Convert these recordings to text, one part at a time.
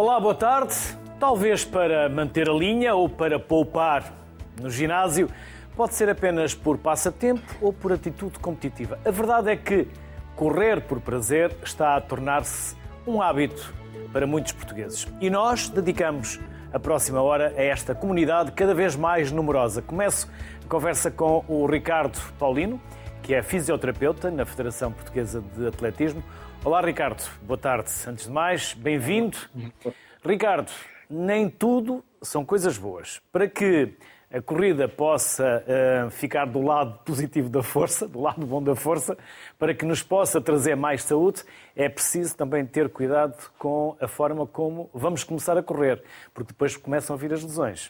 Olá, boa tarde. Talvez para manter a linha ou para poupar no ginásio, pode ser apenas por passatempo ou por atitude competitiva. A verdade é que correr por prazer está a tornar-se um hábito para muitos portugueses. E nós dedicamos a próxima hora a esta comunidade cada vez mais numerosa. Começo a conversa com o Ricardo Paulino, que é fisioterapeuta na Federação Portuguesa de Atletismo. Olá, Ricardo. Boa tarde. Antes de mais, bem-vindo. Ricardo, nem tudo são coisas boas. Para que a corrida possa ficar do lado positivo da força, do lado bom da força, para que nos possa trazer mais saúde, é preciso também ter cuidado com a forma como vamos começar a correr, porque depois começam a vir as lesões.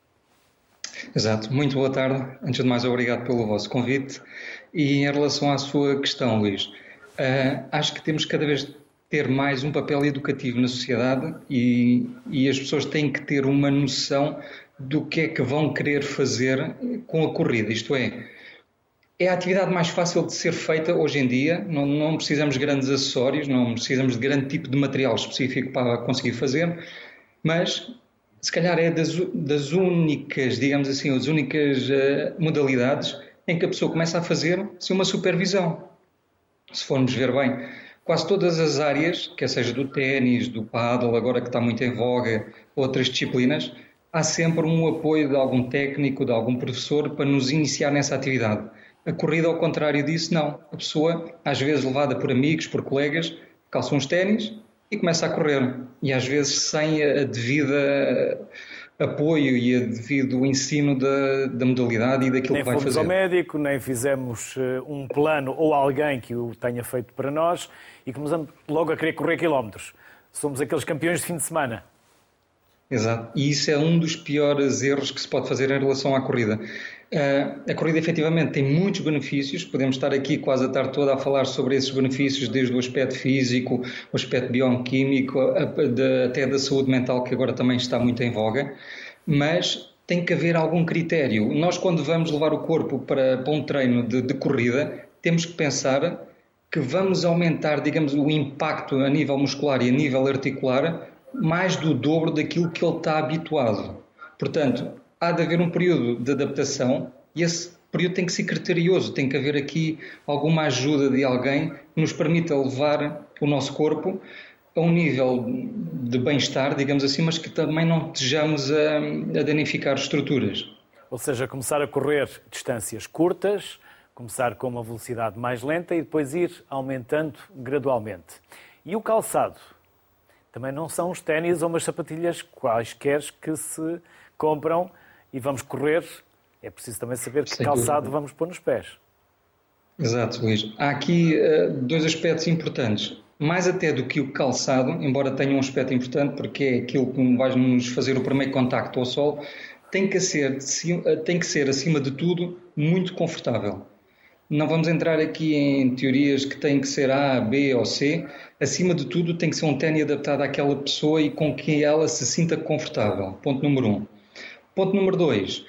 Exato. Muito boa tarde. Antes de mais, obrigado pelo vosso convite. E em relação à sua questão, Luís, acho que temos cada vez ter mais um papel educativo na sociedade e as pessoas têm que ter uma noção do que é que vão querer fazer com a corrida. Isto é a atividade mais fácil de ser feita hoje em dia, não precisamos de grandes acessórios, não precisamos de grande tipo de material específico para conseguir fazer, mas se calhar é das únicas, digamos assim, as únicas modalidades em que a pessoa começa a fazer sem uma supervisão. Se formos ver bem, quase todas as áreas, quer seja do ténis, do pádel, agora que está muito em voga, outras disciplinas, há sempre um apoio de algum técnico, de algum professor para nos iniciar nessa atividade. A corrida, ao contrário disso, não. A pessoa, às vezes levada por amigos, por colegas, calça uns ténis e começa a correr. E às vezes sem a devida apoio e a devido ensino da modalidade e daquilo que vai fazer. Nem fomos ao médico, nem fizemos um plano ou alguém que o tenha feito para nós e começamos logo a querer correr quilómetros. Somos aqueles campeões de fim de semana. Exato. E isso é um dos piores erros que se pode fazer em relação à corrida. A corrida, efetivamente, tem muitos benefícios. Podemos estar aqui quase a tarde toda a falar sobre esses benefícios, desde o aspecto físico, o aspecto bioquímico, até da saúde mental, que agora também está muito em voga. Mas tem que haver algum critério. Nós, quando vamos levar o corpo para um treino de corrida, temos que pensar que vamos aumentar, digamos, o impacto a nível muscular e a nível articular mais do dobro daquilo que ele está habituado. Portanto, há de haver um período de adaptação e esse período tem que ser criterioso, tem que haver aqui alguma ajuda de alguém que nos permita levar o nosso corpo a um nível de bem-estar, digamos assim, mas que também não estejamos a danificar estruturas. Ou seja, começar a correr distâncias curtas, começar com uma velocidade mais lenta e depois ir aumentando gradualmente. E o calçado? Também não são os ténis ou umas sapatilhas quaisquer que se compram e vamos correr. É preciso também saber que calçado vamos pôr nos pés. Exato, Luís. Há aqui dois aspectos importantes. Mais até do que o calçado, embora tenha um aspecto importante, porque é aquilo que vai nos fazer o primeiro contacto ao sol, tem que ser, acima de tudo, muito confortável. Não vamos entrar aqui em teorias que têm que ser A, B ou C. Acima de tudo, tem que ser um ténis adaptado àquela pessoa e com que ela se sinta confortável. Ponto número 1. Ponto número 2.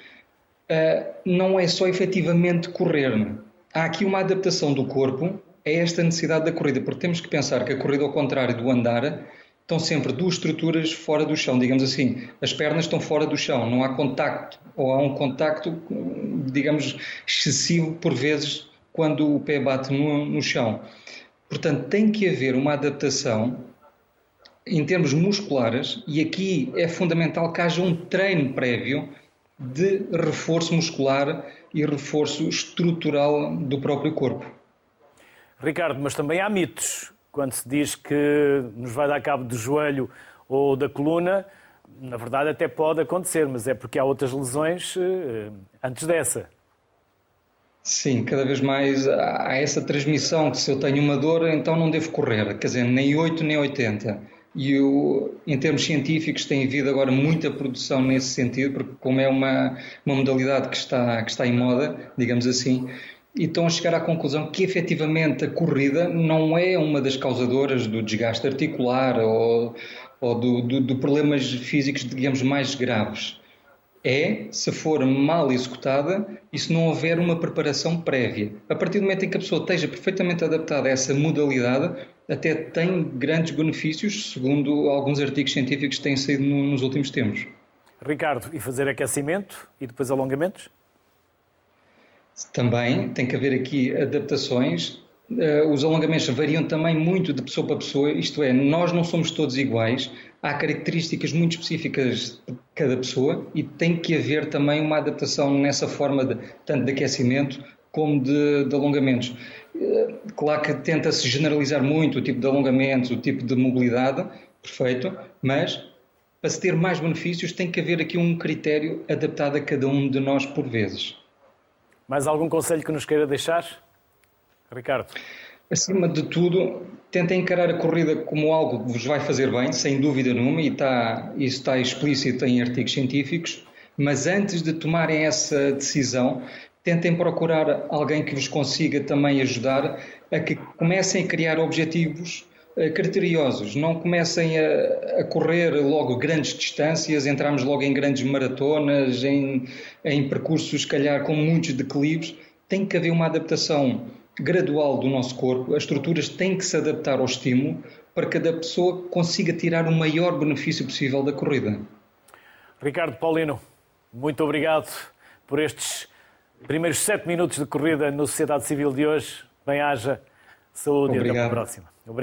Não é só efetivamente correr. Há aqui uma adaptação do corpo a esta necessidade da corrida, porque temos que pensar que a corrida, ao contrário do andar, estão sempre duas estruturas fora do chão, digamos assim. As pernas estão fora do chão, não há contacto, ou há um contacto, digamos, excessivo por vezes, quando o pé bate no chão. Portanto, tem que haver uma adaptação em termos musculares e aqui é fundamental que haja um treino prévio de reforço muscular e reforço estrutural do próprio corpo. Ricardo, mas também há mitos. Quando se diz que nos vai dar cabo do joelho ou da coluna, na verdade até pode acontecer, mas é porque há outras lesões antes dessa. Sim, cada vez mais há essa transmissão que se eu tenho uma dor, então não devo correr, quer dizer, nem 8 nem 80. E em termos científicos tem havido agora muita produção nesse sentido, porque como é uma modalidade que está em moda, digamos assim, e estão a chegar à conclusão que efetivamente a corrida não é uma das causadoras do desgaste articular ou de problemas físicos, digamos, mais graves. Se for mal executada e se não houver uma preparação prévia. A partir do momento em que a pessoa esteja perfeitamente adaptada a essa modalidade, até tem grandes benefícios, segundo alguns artigos científicos que têm saído nos últimos tempos. Ricardo, e fazer aquecimento e depois alongamentos? Também tem que haver aqui adaptações. Os alongamentos variam também muito de pessoa para pessoa, isto é, nós não somos todos iguais, há características muito específicas de cada pessoa e tem que haver também uma adaptação nessa forma tanto de aquecimento como de alongamentos. Claro que tenta-se generalizar muito o tipo de alongamentos, o tipo de mobilidade, perfeito, mas para se ter mais benefícios tem que haver aqui um critério adaptado a cada um de nós por vezes. Mais algum conselho que nos queira deixar, Ricardo? Acima de tudo, tentem encarar a corrida como algo que vos vai fazer bem, sem dúvida nenhuma, e isso está explícito em artigos científicos, mas antes de tomarem essa decisão, tentem procurar alguém que vos consiga também ajudar a que comecem a criar objetivos criteriosos, não comecem a correr logo grandes distâncias, entramos logo em grandes maratonas, em percursos, se calhar, com muitos declives. Tem que haver uma adaptação gradual do nosso corpo, as estruturas têm que se adaptar ao estímulo para que cada pessoa consiga tirar o maior benefício possível da corrida. Ricardo Paulino, muito obrigado por estes primeiros 7 minutos de corrida no Sociedade Civil de hoje. Bem-haja, saúde e até a próxima.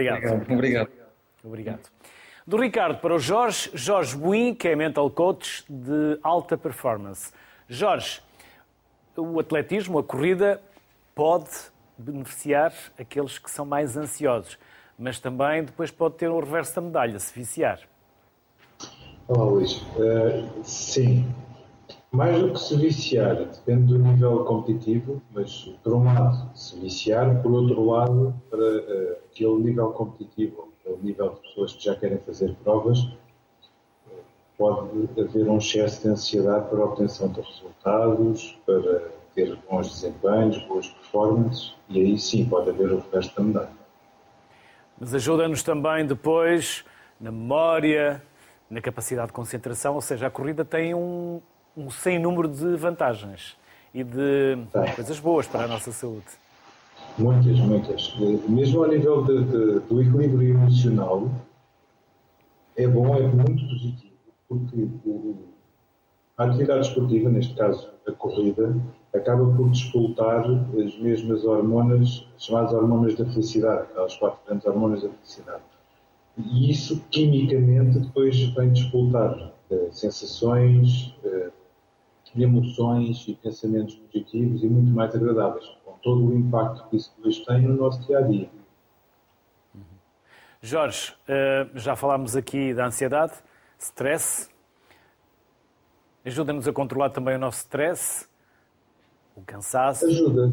Obrigado. Do Ricardo para o Jorge Buim, que é Mental Coach de alta performance. Jorge, o atletismo, a corrida, pode beneficiar aqueles que são mais ansiosos, mas também depois pode ter o reverso da medalha, se viciar. Olá, Luís. Sim. Mais do que se viciar, depende do nível competitivo, mas por um lado se viciar, por outro lado, para aquele nível competitivo, aquele nível de pessoas que já querem fazer provas, pode haver um excesso de ansiedade para a obtenção de resultados, para ter bons desempenhos, boas performances, e aí sim pode haver o resto da medalha. Mas ajuda-nos também depois na memória, na capacidade de concentração, ou seja, a corrida tem um sem número de vantagens e de coisas boas para a nossa saúde. Muitas. Mesmo ao nível do equilíbrio emocional, é bom, é muito positivo, porque a atividade esportiva, neste caso a corrida, acaba por despoltar as mesmas hormonas, chamadas hormonas da felicidade, aquelas 4 grandes hormonas da felicidade. E isso, quimicamente, depois vem despoltar sensações, emoções e pensamentos positivos e muito mais agradáveis, com todo o impacto que isso depois tem no nosso dia-a-dia. Jorge, já falámos aqui da ansiedade, stress. Ajuda-nos a controlar também o nosso stress, o cansaço. Ajuda.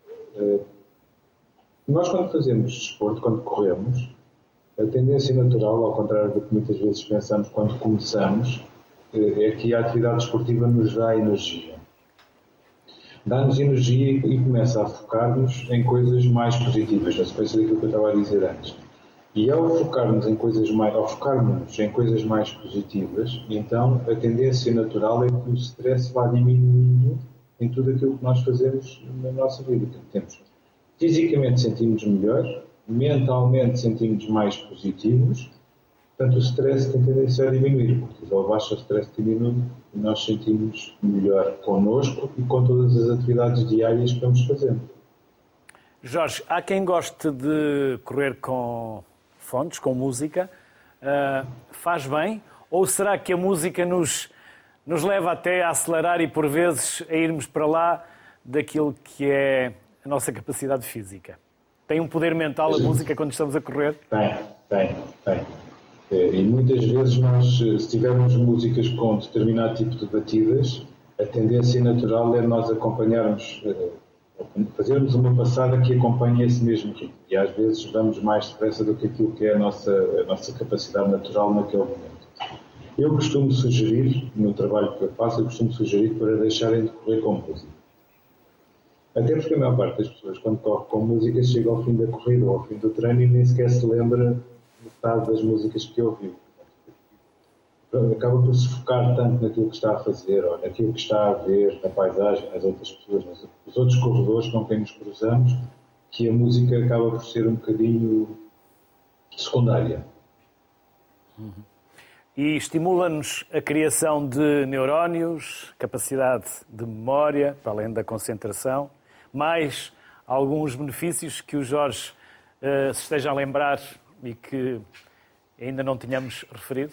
Nós, quando fazemos desporto, quando corremos, a tendência natural, ao contrário do que muitas vezes pensamos quando começamos, é que a atividade esportiva nos dá energia. Dá-nos energia e começa a focar-nos em coisas mais positivas, na sequência daquilo que eu estava a dizer antes. E ao focarmos em coisas mais positivas, então a tendência natural é que o stress vá diminuindo em tudo aquilo que nós fazemos na nossa vida. Fisicamente sentimos melhor, mentalmente sentimos mais positivos. Portanto, o stress tem tendência a diminuir, porque ao baixo o stress diminui e nós sentimos melhor connosco e com todas as atividades diárias que vamos fazendo. Jorge, há quem goste de correr com fones, com música. Faz bem? Ou será que a música nos leva até a acelerar e, por vezes, a irmos para lá daquilo que é a nossa capacidade física? Tem um poder mental a música quando estamos a correr? Tem. E muitas vezes nós, se tivermos músicas com determinado tipo de batidas, a tendência natural é nós acompanharmos, fazermos uma passada que acompanhe esse mesmo ritmo. E às vezes vamos mais depressa do que aquilo que é a nossa capacidade natural naquele momento. Eu costumo sugerir, no trabalho que eu faço, para deixarem de correr com música. Até porque a maior parte das pessoas, quando corre com música, chega ao fim da corrida ou ao fim do treino e nem sequer se lembra metade das músicas que ouviu. Acaba por se focar tanto naquilo que está a fazer, ou naquilo que está a ver, na paisagem, nas outras pessoas, nos outros corredores com quem nos cruzamos, que a música acaba por ser um bocadinho secundária. E estimula-nos a criação de neurónios, capacidade de memória, para além da concentração, mais alguns benefícios que o Jorge se esteja a lembrar e que ainda não tínhamos referido?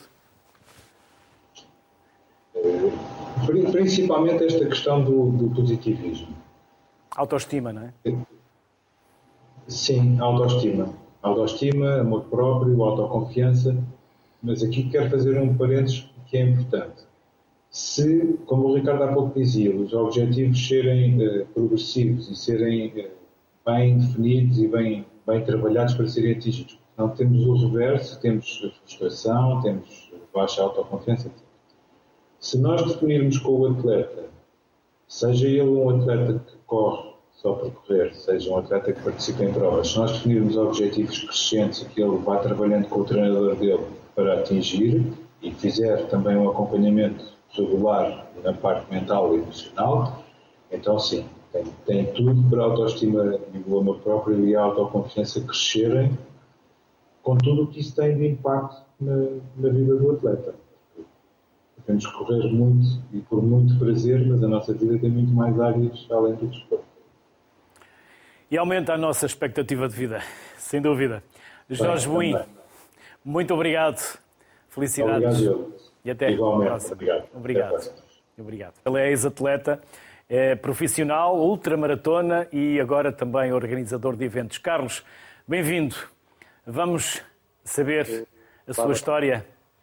Principalmente esta questão do positivismo. Autoestima, não é? Sim, autoestima. Autoestima, amor próprio, autoconfiança. Mas aqui quero fazer um parênteses que é importante. Se, como o Ricardo há pouco dizia, os objetivos serem progressivos e serem bem definidos e bem trabalhados para serem atingidos, não temos o reverso, temos frustração, temos baixa autoconfiança. Se nós definirmos com o atleta, seja ele um atleta que corre só por correr, seja um atleta que participa em provas, se nós definirmos objetivos crescentes e que ele vai trabalhando com o treinador dele para atingir e fizer também um acompanhamento regular na parte mental e emocional, então sim, tem tudo para a autoestima e o amor próprio e a autoconfiança crescerem com tudo o que isso tem de impacto na vida do atleta. Temos que correr muito e por muito prazer, mas a nossa vida tem muito mais áreas além do desporto. E aumenta a nossa expectativa de vida, sem dúvida. Jorge Buim, muito obrigado. Felicidades. Obrigado. E até a próxima. Obrigado. Obrigado. Ele é ex-atleta, é profissional, ultramaratona e agora também organizador de eventos. Carlos, bem-vindo. Vamos saber a sua história.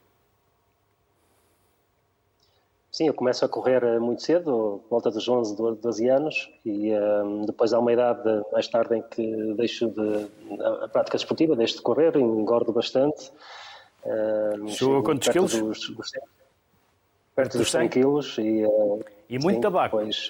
Sim, eu começo a correr muito cedo, por volta dos 11, 12 anos, e depois há uma idade mais tarde em que deixo a prática desportiva, deixo de correr, engordo bastante. Chegou a quantos quilos? Perto dos 100 quilos. E muito tabaco. Depois,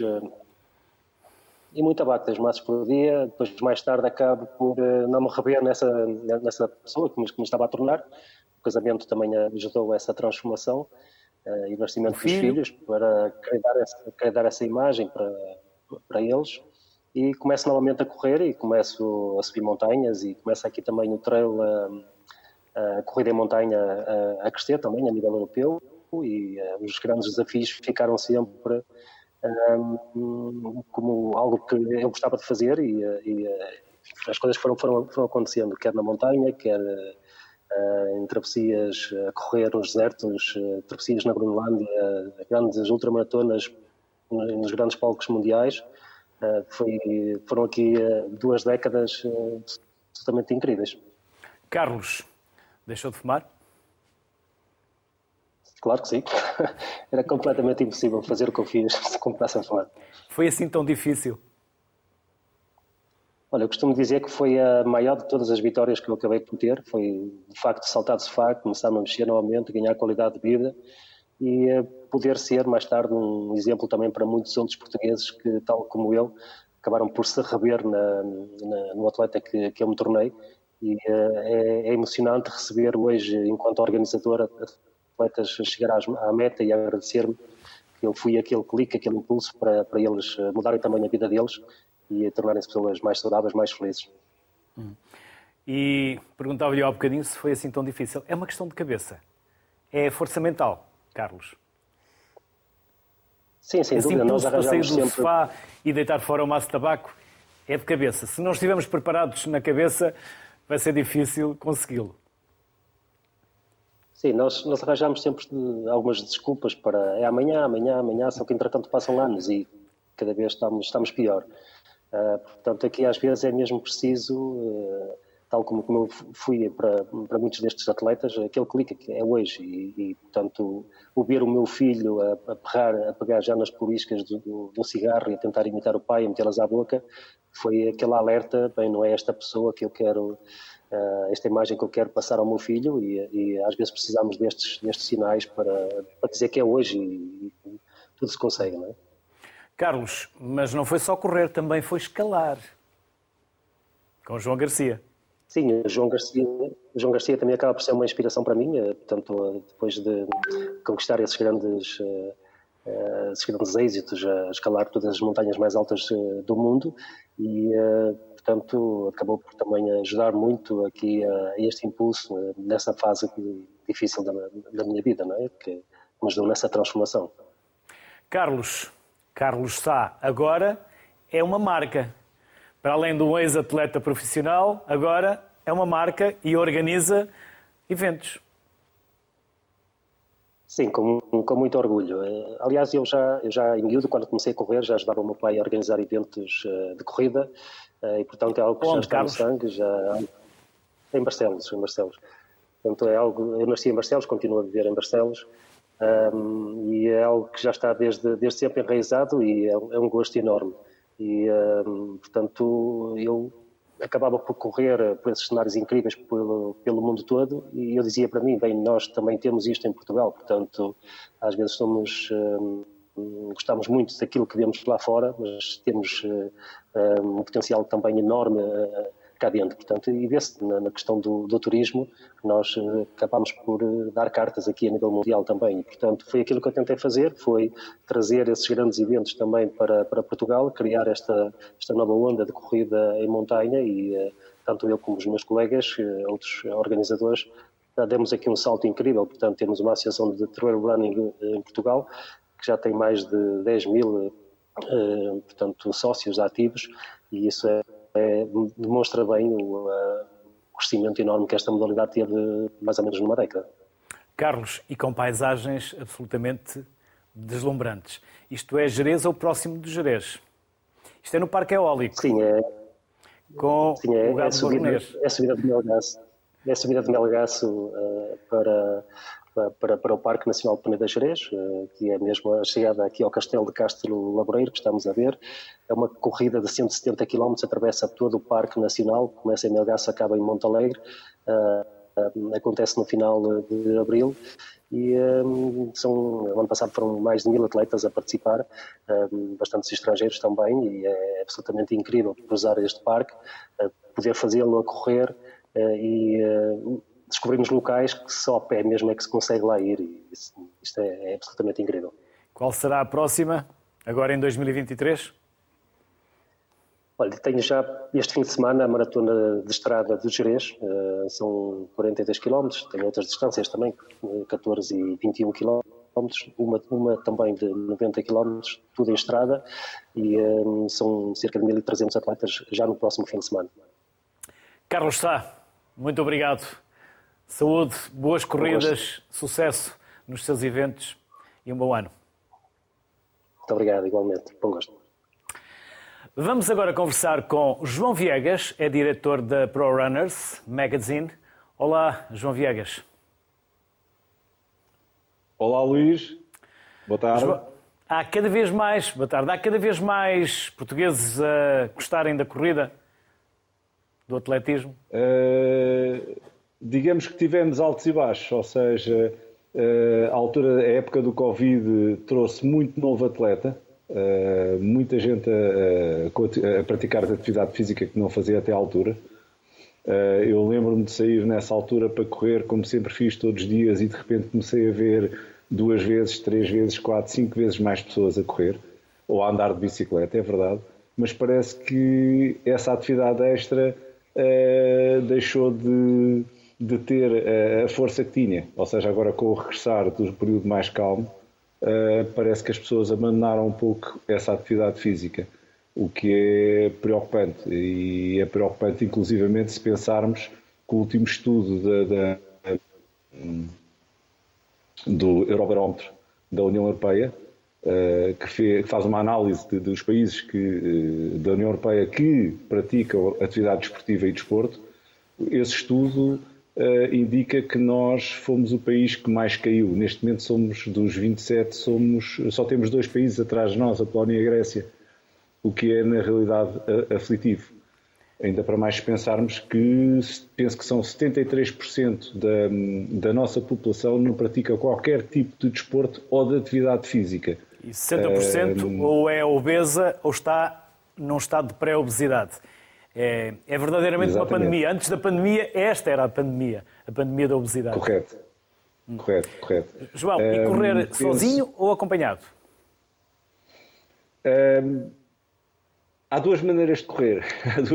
e muito tabaco, 2 maços por dia. Depois, mais tarde, acabo por não me rever nessa pessoa que me estava a tornar. O casamento também ajudou essa transformação. E o nascimento dos filhos, para querer dar essa imagem para eles. E começo novamente a correr e começo a subir montanhas e começo aqui também o trail, a corrida em montanha a crescer também a nível europeu e os grandes desafios ficaram sempre como algo que eu gostava de fazer e as coisas foram acontecendo, quer na montanha, quer em travessias, a correr nos desertos, travessias na Groenlândia, grandes ultramaratonas nos grandes palcos mundiais. Foram aqui 2 décadas absolutamente incríveis. Carlos, deixou de fumar? Claro que sim. Era completamente impossível fazer o que eu fiz se começasse a fumar. Foi assim tão difícil? Olha, eu costumo dizer que foi a maior de todas as vitórias que eu acabei por ter. Foi, de facto, saltar de sofá, começar-me a mexer novamente, ganhar qualidade de vida e poder ser, mais tarde, um exemplo também para muitos outros portugueses que, tal como eu, acabaram por se rever no atleta que eu me tornei. E é emocionante receber hoje, enquanto organizador, atletas chegar à meta e agradecer-me que eu fui aquele clique, aquele impulso para eles mudarem também a vida deles e tornarem-se pessoas mais saudáveis, mais felizes. E perguntava-lhe há um bocadinho se foi assim tão difícil. É uma questão de cabeça. É força mental, Carlos. Sim, sem dúvida. Nós arranjamos sair do sofá e deitar fora o maço de tabaco é de cabeça. Se não estivermos preparados na cabeça, vai ser difícil consegui-lo. Sim, nós arranjamos sempre algumas desculpas para amanhã, só que entretanto passam anos e cada vez estamos pior. Portanto, aqui às vezes é mesmo preciso, tal como eu fui para muitos destes atletas, aquele clique que é hoje e portanto, o ver o meu filho a pegar já nas poliscas do cigarro e a tentar imitar o pai, a metê-las à boca, foi aquele alerta, bem, não é esta pessoa que eu quero, esta imagem que eu quero passar ao meu filho e às vezes precisamos destes sinais para dizer que é hoje e tudo se consegue, não é? Carlos, mas não foi só correr, também foi escalar. Com o João Garcia. Sim, o João Garcia também acaba por ser uma inspiração para mim, portanto, depois de conquistar esses grandes êxitos, a escalar todas as montanhas mais altas do mundo e portanto, acabou por também ajudar muito aqui a este impulso nessa fase difícil da minha vida, não é? Que me ajudou nessa transformação. Carlos Sá agora é uma marca. Para além de um ex-atleta profissional, agora é uma marca e organiza eventos. Sim, com muito orgulho. Aliás, eu já em miúdo, quando comecei a correr, já ajudava o meu pai a organizar eventos de corrida e, portanto, é algo que já está no sangue, em Barcelos. Portanto, é algo, eu nasci em Barcelos, continuo a viver em Barcelos e é algo que já está desde sempre enraizado e é um gosto enorme. E, portanto, eu acabava por correr por esses cenários incríveis pelo mundo todo e eu dizia para mim, bem, nós também temos isto em Portugal, portanto, às vezes gostamos muito daquilo que vemos lá fora, mas temos um potencial também enorme cá dentro, portanto, e vê-se na questão do turismo, nós acabamos por dar cartas aqui a nível mundial também, e, portanto, foi aquilo que eu tentei fazer, foi trazer esses grandes eventos também para Portugal, criar esta nova onda de corrida em montanha e tanto eu como os meus colegas, outros organizadores, demos aqui um salto incrível, portanto, temos uma associação de trail running em Portugal, que já tem mais de 10 mil, portanto, sócios ativos, e isso demonstra bem o crescimento enorme que esta modalidade teve mais ou menos numa década. Carlos, e com paisagens absolutamente deslumbrantes. Isto é Gerês ou próximo de Gerês? Isto é no Parque Eólico? Sim, é. Com o a subida de Melgaço. É a subida de Melgaço para o Parque Nacional de Peneda Gerês, que é mesmo a chegada aqui ao Castelo de Castro Laboreiro, que estamos a ver. É uma corrida de 170 km, atravessa todo o Parque Nacional, começa em Melgaço, acaba em Montalegre, acontece no final de abril e no ano passado foram mais de 1000 atletas a participar, bastantes estrangeiros também, e é absolutamente incrível cruzar este parque, poder fazê-lo a correr e descobrimos locais que só a pé mesmo é que se consegue lá ir, e isto é absolutamente incrível. Qual será a próxima, agora em 2023? Olha, tenho já este fim de semana a maratona de estrada de Gerês, são 42 km, tenho outras distâncias também, 14 e 21 km, uma também de 90 km, tudo em estrada, e são cerca de 1.300 atletas já no próximo fim de semana. Carlos Sá, muito obrigado. Saúde, boas corridas, sucesso nos seus eventos e um bom ano. Muito obrigado, igualmente. Bom gosto. Vamos agora conversar com João Viegas, é diretor da Pro Runners Magazine. Olá, João Viegas. Olá, Luís. Boa tarde. Há cada vez mais portugueses a gostarem da corrida, do atletismo? Digamos que tivemos altos e baixos, ou seja, a época do Covid trouxe muito novo atleta, muita gente a praticar atividade física que não fazia até à altura. Eu lembro-me de sair nessa altura para correr, como sempre fiz todos os dias, e de repente comecei a ver 2 vezes, 3 vezes, 4, 5 vezes mais pessoas a correr, ou a andar de bicicleta, é verdade, mas parece que essa atividade extra deixou de ter a força que tinha, ou seja, agora com o regressar do período mais calmo, parece que as pessoas abandonaram um pouco essa atividade física, o que é preocupante, e é preocupante inclusivamente se pensarmos que o último estudo do Eurobarómetro da União Europeia, que faz uma análise dos países da União Europeia que praticam atividade desportiva e desporto, esse estudo indica que nós fomos o país que mais caiu. Neste momento somos dos 27, só temos 2 países atrás de nós, a Polónia e a Grécia, o que é na realidade aflitivo. Ainda para mais pensarmos que penso que são 73% da nossa população não pratica qualquer tipo de desporto ou de atividade física. E 60% ou é obesa ou está num estado de pré-obesidade. É verdadeiramente Exatamente. Uma pandemia. Antes da pandemia, esta era a pandemia da obesidade. Correto. João, e correr sozinho ou acompanhado? há duas maneiras de correr.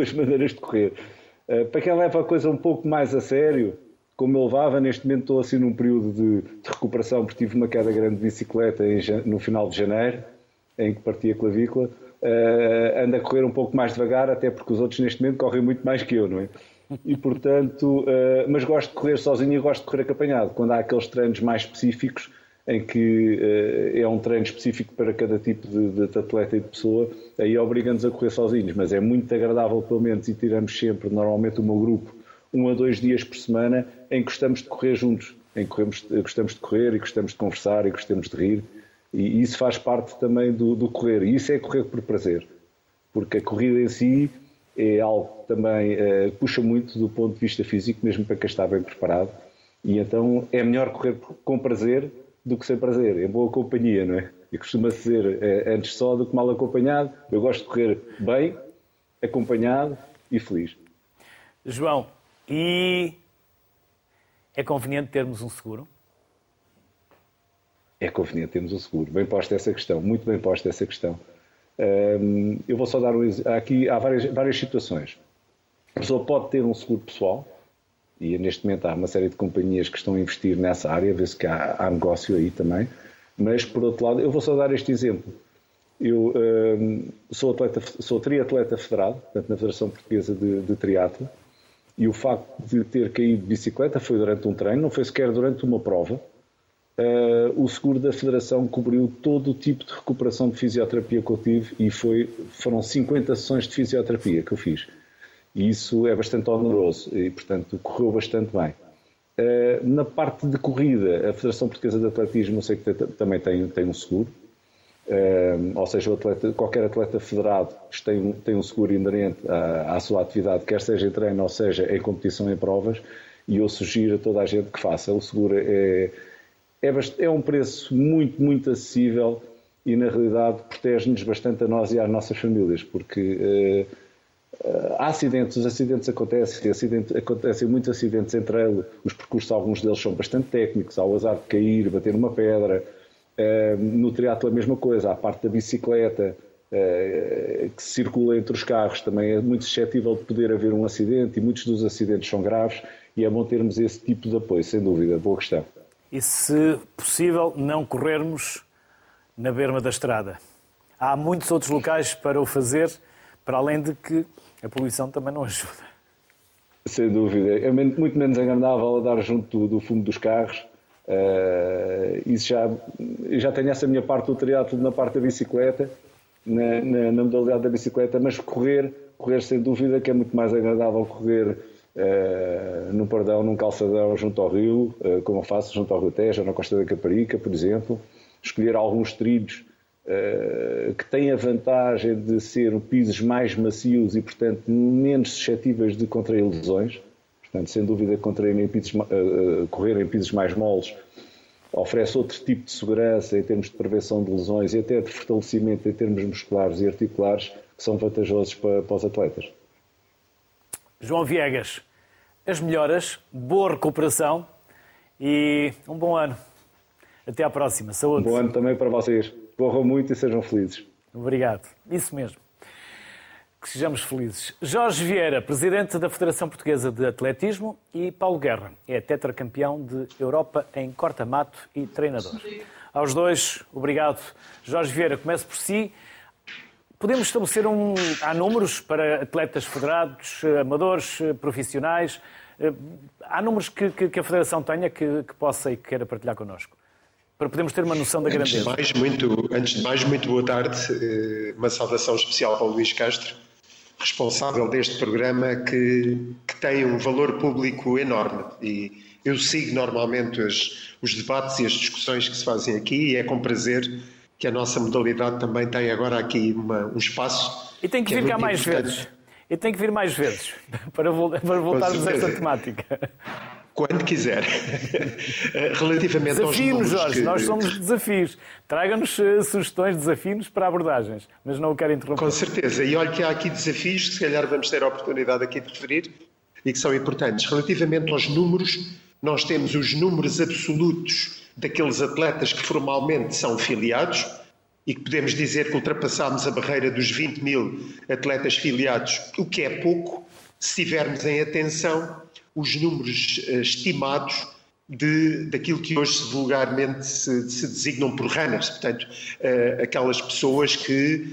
Para quem leva a coisa um pouco mais a sério, como eu levava, neste momento estou assim num período de recuperação, porque tive uma queda grande de bicicleta no final de janeiro, em que parti a clavícula. Ando a correr um pouco mais devagar, até porque os outros neste momento correm muito mais que eu, não é? E portanto, mas gosto de correr sozinho e gosto de correr acompanhado. Quando há aqueles treinos mais específicos, em que é um treino específico para cada tipo de atleta e de pessoa, aí obriga-nos a correr sozinhos, mas é muito agradável, pelo menos, e tiramos sempre, normalmente, o meu grupo, 1 a 2 dias por semana, em que gostamos de correr juntos, em que gostamos de correr e gostamos de conversar e gostamos de rir, e isso faz parte também do correr, e isso é correr por prazer, porque a corrida em si é algo que também puxa muito do ponto de vista físico, mesmo para quem está bem preparado, e então é melhor correr com prazer do que sem prazer, em boa companhia, não é? E costuma-se dizer antes só do que mal acompanhado. Eu gosto de correr bem, acompanhado e feliz. João, e é conveniente termos um seguro? É conveniente termos um seguro. Bem posta essa questão, muito bem posta essa questão. Eu vou só dar um exemplo. Aqui há várias situações. A pessoa pode ter um seguro pessoal, e neste momento há uma série de companhias que estão a investir nessa área, vê-se que há negócio aí também, mas por outro lado, eu vou só dar este exemplo. Eu sou triatleta federado, portanto na Federação Portuguesa de Triatlo, e o facto de ter caído de bicicleta foi durante um treino, não foi sequer durante uma prova. O seguro da Federação cobriu todo o tipo de recuperação de fisioterapia que eu tive, e foram 50 sessões de fisioterapia que eu fiz. E isso é bastante oneroso e, portanto, correu bastante bem. Na parte de corrida, a Federação Portuguesa de Atletismo, eu sei que também tem um seguro. Ou seja, qualquer atleta federado tem um seguro inerente à sua atividade, quer seja em treino ou seja em competição em provas, e eu sugiro a toda a gente que faça. O seguro é um preço muito, muito acessível e, na realidade, protege-nos bastante a nós e às nossas famílias, porque há acidentes, os acidentes acontecem muitos acidentes entre eles, os percursos, alguns deles são bastante técnicos, há o azar de cair, bater numa pedra. No triatlo a mesma coisa, há a parte da bicicleta que circula entre os carros, também é muito suscetível de poder haver um acidente, e muitos dos acidentes são graves, e é bom termos esse tipo de apoio, sem dúvida. Boa questão. E, se possível, não corrermos na berma da estrada. Há muitos outros locais para o fazer, para além de que a poluição também não ajuda. Sem dúvida. É muito menos agradável andar junto do fumo dos carros. Isso já tenho essa minha parte do triatlo na parte da bicicleta, na modalidade da bicicleta, mas correr sem dúvida que é muito mais agradável correr num pardão, num calçadão junto ao rio, como eu faço junto ao Rio Tejo, na Costa da Caparica, por exemplo. Escolher alguns trilhos que têm a vantagem de ser pisos mais macios e, portanto, menos suscetíveis de contrair lesões. Portanto, sem dúvida, correr em pisos mais moles oferece outro tipo de segurança em termos de prevenção de lesões e até de fortalecimento em termos musculares e articulares, que são vantajosos para os atletas. João Viegas, as melhoras, boa recuperação e um bom ano. Até à próxima. Saúde. Um bom ano também para vocês. Corram muito e sejam felizes. Obrigado. Isso mesmo. Que sejamos felizes. Jorge Vieira, presidente da Federação Portuguesa de Atletismo, e Paulo Guerra, é tetracampeão de Europa em corta-mato e treinador. Aos dois, obrigado. Jorge Vieira, comece por si. Podemos estabelecer há números para atletas federados, amadores, profissionais? Há números que a Federação tenha que possa e que queira partilhar connosco? Para podermos ter uma noção da grandeza. Antes de mais, muito boa tarde. Uma saudação especial para o Luís Castro, responsável deste programa que tem um valor público enorme. E eu sigo normalmente os debates e as discussões que se fazem aqui, e é com prazer que a nossa modalidade também tem agora aqui um espaço. E tem que vir cá mais vezes. Para voltarmos a esta temática. Quando quiser. Relativamente aos números... Jorge, nós somos de desafios. Traga-nos sugestões, desafios para abordagens, mas não o quero interromper. Com certeza. E olha que há aqui desafios que se calhar vamos ter a oportunidade aqui de referir e que são importantes. Relativamente aos números, nós temos os números absolutos daqueles atletas que formalmente são filiados, e que podemos dizer que ultrapassámos a barreira dos 20 mil atletas filiados, o que é pouco, se tivermos em atenção os números estimados daquilo que hoje vulgarmente se designam por runners, portanto, aquelas pessoas que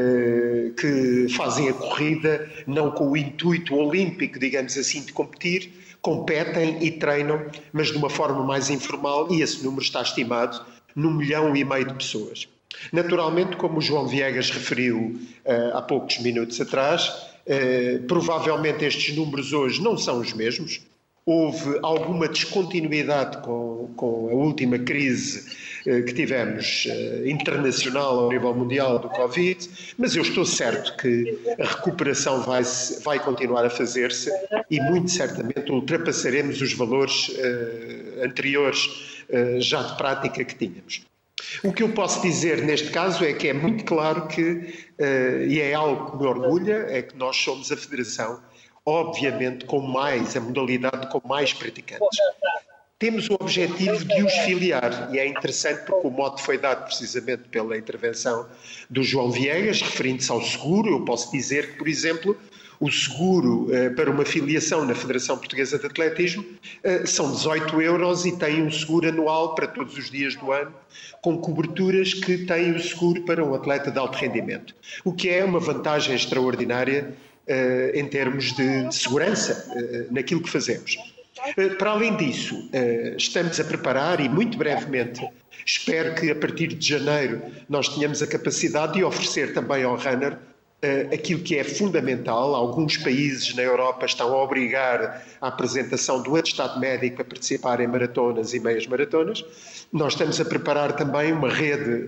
fazem a corrida não com o intuito olímpico, digamos assim, de competir, competem e treinam, mas de uma forma mais informal, e esse número está estimado num 1,5 milhão de pessoas. Naturalmente, como o João Viegas referiu há poucos minutos atrás, provavelmente estes números hoje não são os mesmos. Houve alguma descontinuidade com a última crise que tivemos internacional ao nível mundial do Covid, mas eu estou certo que a recuperação vai continuar a fazer-se e muito certamente ultrapassaremos os valores anteriores já de prática que tínhamos. O que eu posso dizer neste caso é que é muito claro que, e é algo que me orgulha, é que nós somos a federação, obviamente, a modalidade com mais praticantes. Temos o objetivo de os filiar, e é interessante porque o mote foi dado precisamente pela intervenção do João Viegas, referindo-se ao seguro. Eu posso dizer que, por exemplo, o seguro para uma filiação na Federação Portuguesa de Atletismo são 18 € e tem um seguro anual para todos os dias do ano, com coberturas que têm o seguro para um atleta de alto rendimento, o que é uma vantagem extraordinária em termos de segurança naquilo que fazemos. Para além disso, estamos a preparar e muito brevemente, espero que a partir de janeiro nós tenhamos a capacidade de oferecer também ao runner aquilo que é fundamental. Alguns países na Europa estão a obrigar a apresentação do atestado médico para participar em maratonas e meias maratonas. Nós estamos a preparar também uma rede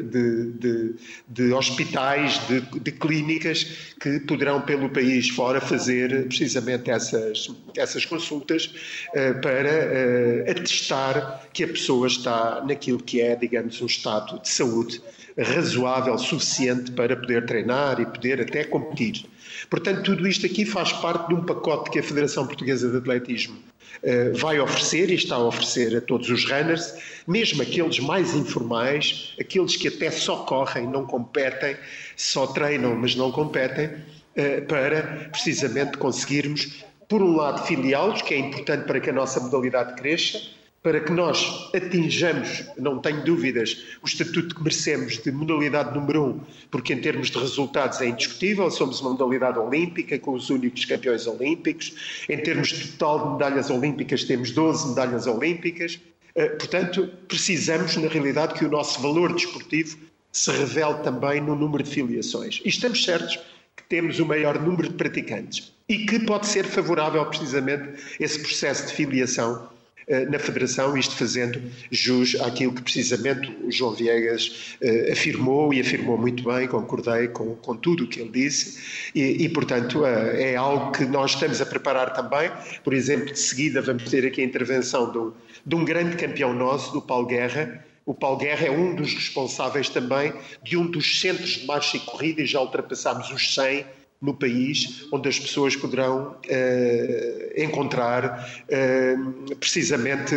de hospitais, de clínicas que poderão pelo país fora fazer precisamente essas consultas para atestar que a pessoa está naquilo que é, digamos, um estado de saúde razoável, suficiente para poder treinar e poder até competir. Portanto, tudo isto aqui faz parte de um pacote que a Federação Portuguesa de Atletismo vai oferecer e está a oferecer a todos os runners, mesmo aqueles mais informais, aqueles que até só correm, não competem, só treinam, mas não competem, para precisamente conseguirmos, por um lado, filiá-los, que é importante para que a nossa modalidade cresça, para que nós atinjamos, não tenho dúvidas, o estatuto que merecemos de modalidade número 1, porque em termos de resultados é indiscutível, somos uma modalidade olímpica com os únicos campeões olímpicos, em termos de total de medalhas olímpicas temos 12 medalhas olímpicas, portanto precisamos na realidade que o nosso valor desportivo se revele também no número de filiações. E estamos certos que temos o maior número de praticantes e que pode ser favorável precisamente esse processo de filiação na Federação, isto fazendo jus àquilo que precisamente o João Viegas afirmou, e afirmou muito bem, concordei com tudo o que ele disse, e portanto é algo que nós estamos a preparar também. Por exemplo, de seguida vamos ter aqui a intervenção de um grande campeão nosso, do Paulo Guerra. O Paulo Guerra é um dos responsáveis também de um dos centros de marcha e corrida, e já ultrapassámos os 100 no país, onde as pessoas poderão encontrar precisamente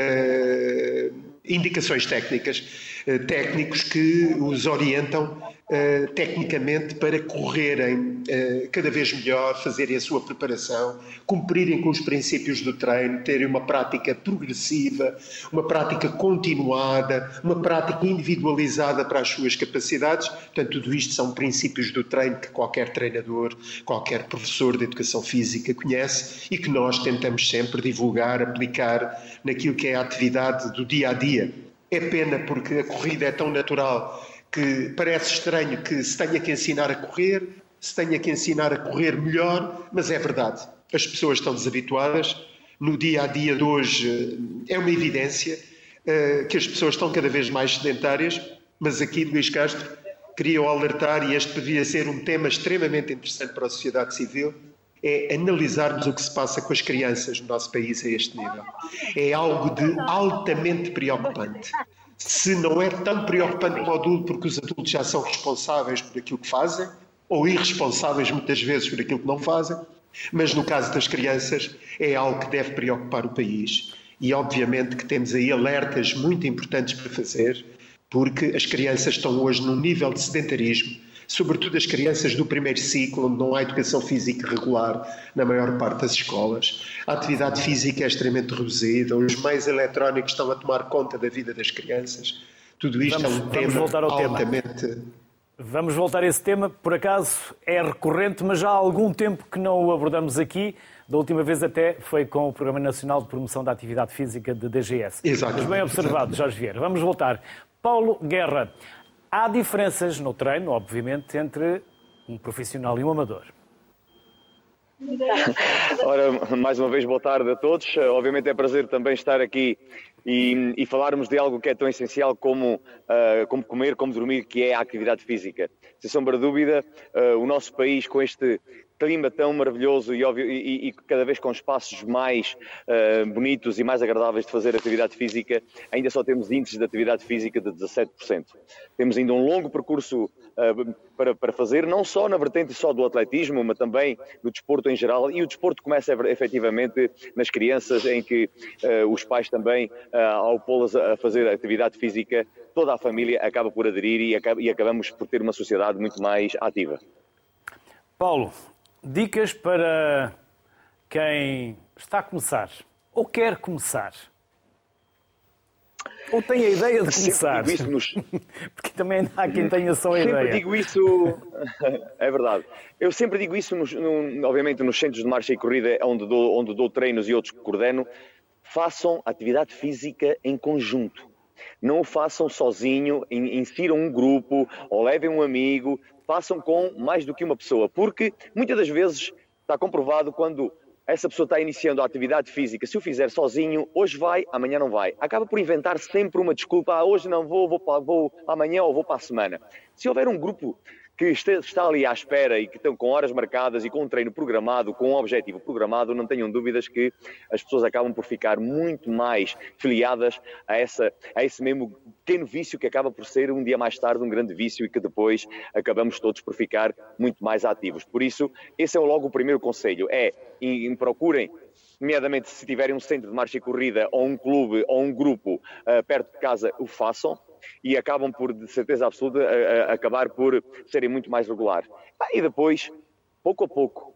indicações técnicos que os orientam tecnicamente para correrem cada vez melhor, fazerem a sua preparação, cumprirem com os princípios do treino, terem uma prática progressiva, uma prática continuada, uma prática individualizada para as suas capacidades. Portanto, tudo isto são princípios do treino que qualquer treinador, qualquer professor de educação física conhece e que nós tentamos sempre divulgar, aplicar naquilo que é a atividade do dia-a-dia. É pena porque a corrida é tão natural que parece estranho que se tenha que ensinar a correr, se tenha que ensinar a correr melhor, mas é verdade. As pessoas estão desabituadas. No dia-a-dia de hoje é uma evidência que as pessoas estão cada vez mais sedentárias, mas aqui, Luís Castro, queria alertar, e este poderia ser um tema extremamente interessante para a sociedade civil, é analisarmos o que se passa com as crianças no nosso país a este nível. É algo de altamente preocupante. Se não é tão preocupante para o adulto, porque os adultos já são responsáveis por aquilo que fazem, ou irresponsáveis muitas vezes por aquilo que não fazem, mas no caso das crianças é algo que deve preocupar o país. E obviamente que temos aí alertas muito importantes para fazer, porque as crianças estão hoje num nível de sedentarismo, sobretudo as crianças do primeiro ciclo, onde não há educação física regular na maior parte das escolas. A atividade física é extremamente reduzida, os meios eletrónicos estão a tomar conta da vida das crianças. Tudo isto é um tema altamente... Vamos voltar a esse tema. Por acaso é recorrente, mas já há algum tempo que não o abordamos aqui. Da última vez até foi com o Programa Nacional de Promoção da Atividade Física de DGS. Exato. Mas bem observado, Jorge Vieira. Vamos voltar. Paulo Guerra. Há diferenças no treino, obviamente, entre um profissional e um amador. Ora, mais uma vez, boa tarde a todos. Obviamente é prazer também estar aqui e falarmos de algo que é tão essencial como comer, como dormir, que é a atividade física. Sem sombra de dúvida, o nosso país, com este clima tão maravilhoso e cada vez com espaços mais bonitos e mais agradáveis de fazer atividade física, ainda só temos índices de atividade física de 17%. Temos ainda um longo percurso para fazer, não só na vertente só do atletismo, mas também do desporto em geral, e o desporto começa efetivamente nas crianças, em que os pais também, ao pô-las a fazer atividade física, toda a família acaba por aderir e acabamos por ter uma sociedade muito mais ativa. Paulo, dicas para quem está a começar ou quer começar? Ou tem a ideia de começar? Porque também há quem tenha só a ideia. Sempre digo isso, é verdade. Eu sempre digo isso, obviamente, nos centros de marcha e corrida, onde dou treinos e outros que coordeno. Façam atividade física em conjunto. Não o façam sozinho, insiram um grupo ou levem um amigo. Façam com mais do que uma pessoa, porque muitas das vezes está comprovado quando essa pessoa está iniciando a atividade física, se o fizer sozinho, hoje vai, amanhã não vai. Acaba por inventar sempre uma desculpa, hoje não vou amanhã ou vou para a semana. Se houver um grupo que está ali à espera e que estão com horas marcadas e com um treino programado, com um objetivo programado, não tenham dúvidas que as pessoas acabam por ficar muito mais filiadas a esse mesmo pequeno vício que acaba por ser um dia mais tarde um grande vício e que depois acabamos todos por ficar muito mais ativos. Por isso, esse é logo o primeiro conselho, procurem, nomeadamente se tiverem um centro de marcha e corrida ou um clube ou um grupo perto de casa, o façam. E acabam por, de certeza absoluta, acabar por serem muito mais regulares. E depois, pouco a pouco,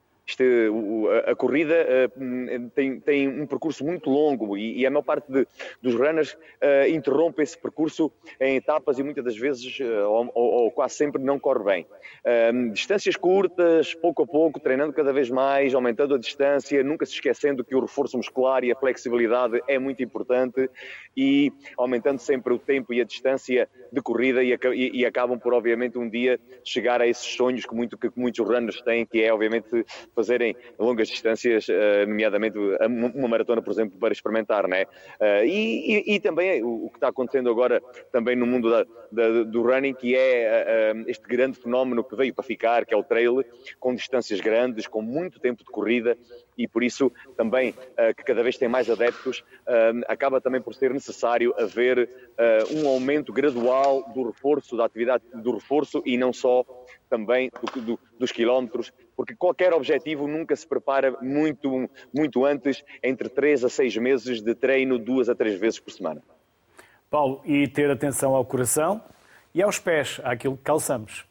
a corrida tem um percurso muito longo e a maior parte dos runners interrompe esse percurso em etapas e muitas das vezes, ou quase sempre, não corre bem. Distâncias curtas, pouco a pouco, treinando cada vez mais, aumentando a distância, nunca se esquecendo que o reforço muscular e a flexibilidade é muito importante e aumentando sempre o tempo e a distância de corrida e acabam por, obviamente, um dia chegar a esses sonhos que muitos runners têm, que é, obviamente, fazerem longas distâncias, nomeadamente uma maratona, por exemplo, para experimentar, não é? E também o que está acontecendo agora também no mundo do running, que é este grande fenómeno que veio para ficar, que é o trail, com distâncias grandes, com muito tempo de corrida, e por isso também que cada vez tem mais adeptos, acaba também por ser necessário haver um aumento gradual do reforço, da atividade do reforço e não só também dos quilómetros, porque qualquer objetivo nunca se prepara muito antes, entre 3 a 6 meses de treino, 2 a 3 vezes por semana. Paulo, e ter atenção ao coração e aos pés, àquilo que calçamos.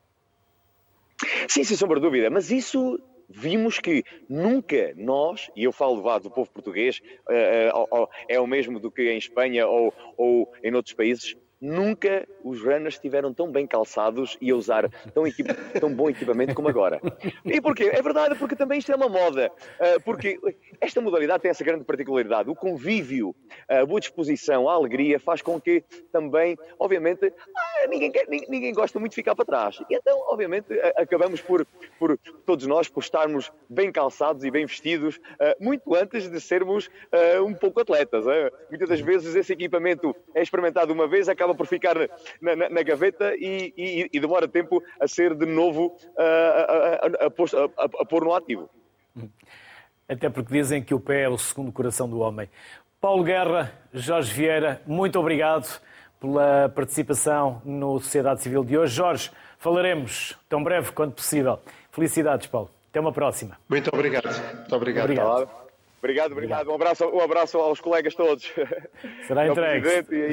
Sim, sem sombra de dúvida, mas isso vimos que nunca nós, e eu falo do povo português, é o mesmo do que em Espanha ou em outros países, nunca os runners estiveram tão bem calçados e a usar tão bom equipamento como agora. E porquê? É verdade, porque também isto é uma moda. Porque esta modalidade tem essa grande particularidade. O convívio, a boa disposição, a alegria faz com que também, obviamente, ninguém gosta muito de ficar para trás. E então, obviamente, acabamos por todos nós, por estarmos bem calçados e bem vestidos, muito antes de sermos um pouco atletas. Muitas das vezes esse equipamento é experimentado uma vez, acaba por ficar na gaveta e demora tempo a ser de novo a pôr no ativo. Até porque dizem que o pé é o segundo coração do homem. Paulo Guerra, Jorge Vieira, muito obrigado pela participação no Sociedade Civil de hoje. Jorge, falaremos tão breve quanto possível. Felicidades, Paulo. Até uma próxima. Muito obrigado. Muito obrigado. Obrigado. Um abraço aos colegas todos. Será entregue.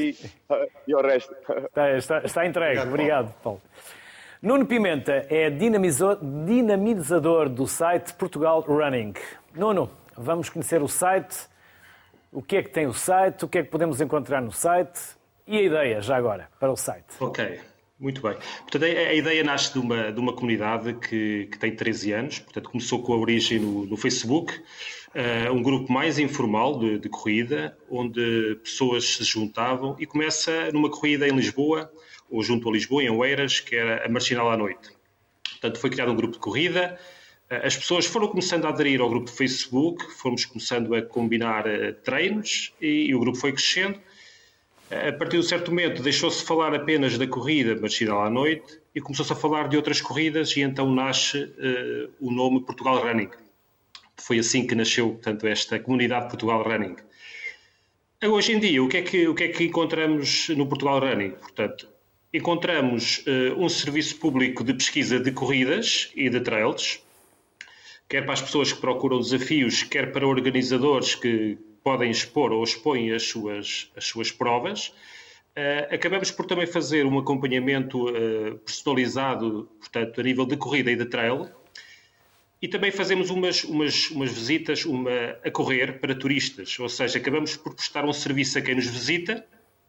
E ao resto. Está entregue. Obrigado, Paulo. Nuno Pimenta é dinamizador do site Portugal Running. Nuno, vamos conhecer o site. O que é que tem o site? O que é que podemos encontrar no site? E a ideia, já agora, para o site. Ok. Muito bem. Portanto, a ideia nasce de uma comunidade que tem 13 anos. Portanto, começou com a origem no Facebook, um grupo mais informal de corrida, onde pessoas se juntavam e começa numa corrida em Lisboa, ou junto a Lisboa, em Oeiras, que era a Marginal à Noite. Portanto, foi criado um grupo de corrida. As pessoas foram começando a aderir ao grupo de Facebook, fomos começando a combinar treinos e o grupo foi crescendo. A partir de um certo momento deixou-se falar apenas da corrida Marginal à Noite e começou-se a falar de outras corridas e então nasce o nome Portugal Running. Foi assim que nasceu, portanto, esta comunidade Portugal Running. Hoje em dia, o que é que encontramos no Portugal Running? Portanto, encontramos um serviço público de pesquisa de corridas e de trails, quer para as pessoas que procuram desafios, quer para organizadores que podem expor ou expõem as suas provas. Acabamos por também fazer um acompanhamento personalizado, portanto, a nível de corrida e de trail. E também fazemos umas visitas a correr para turistas. Ou seja, acabamos por prestar um serviço a quem nos visita,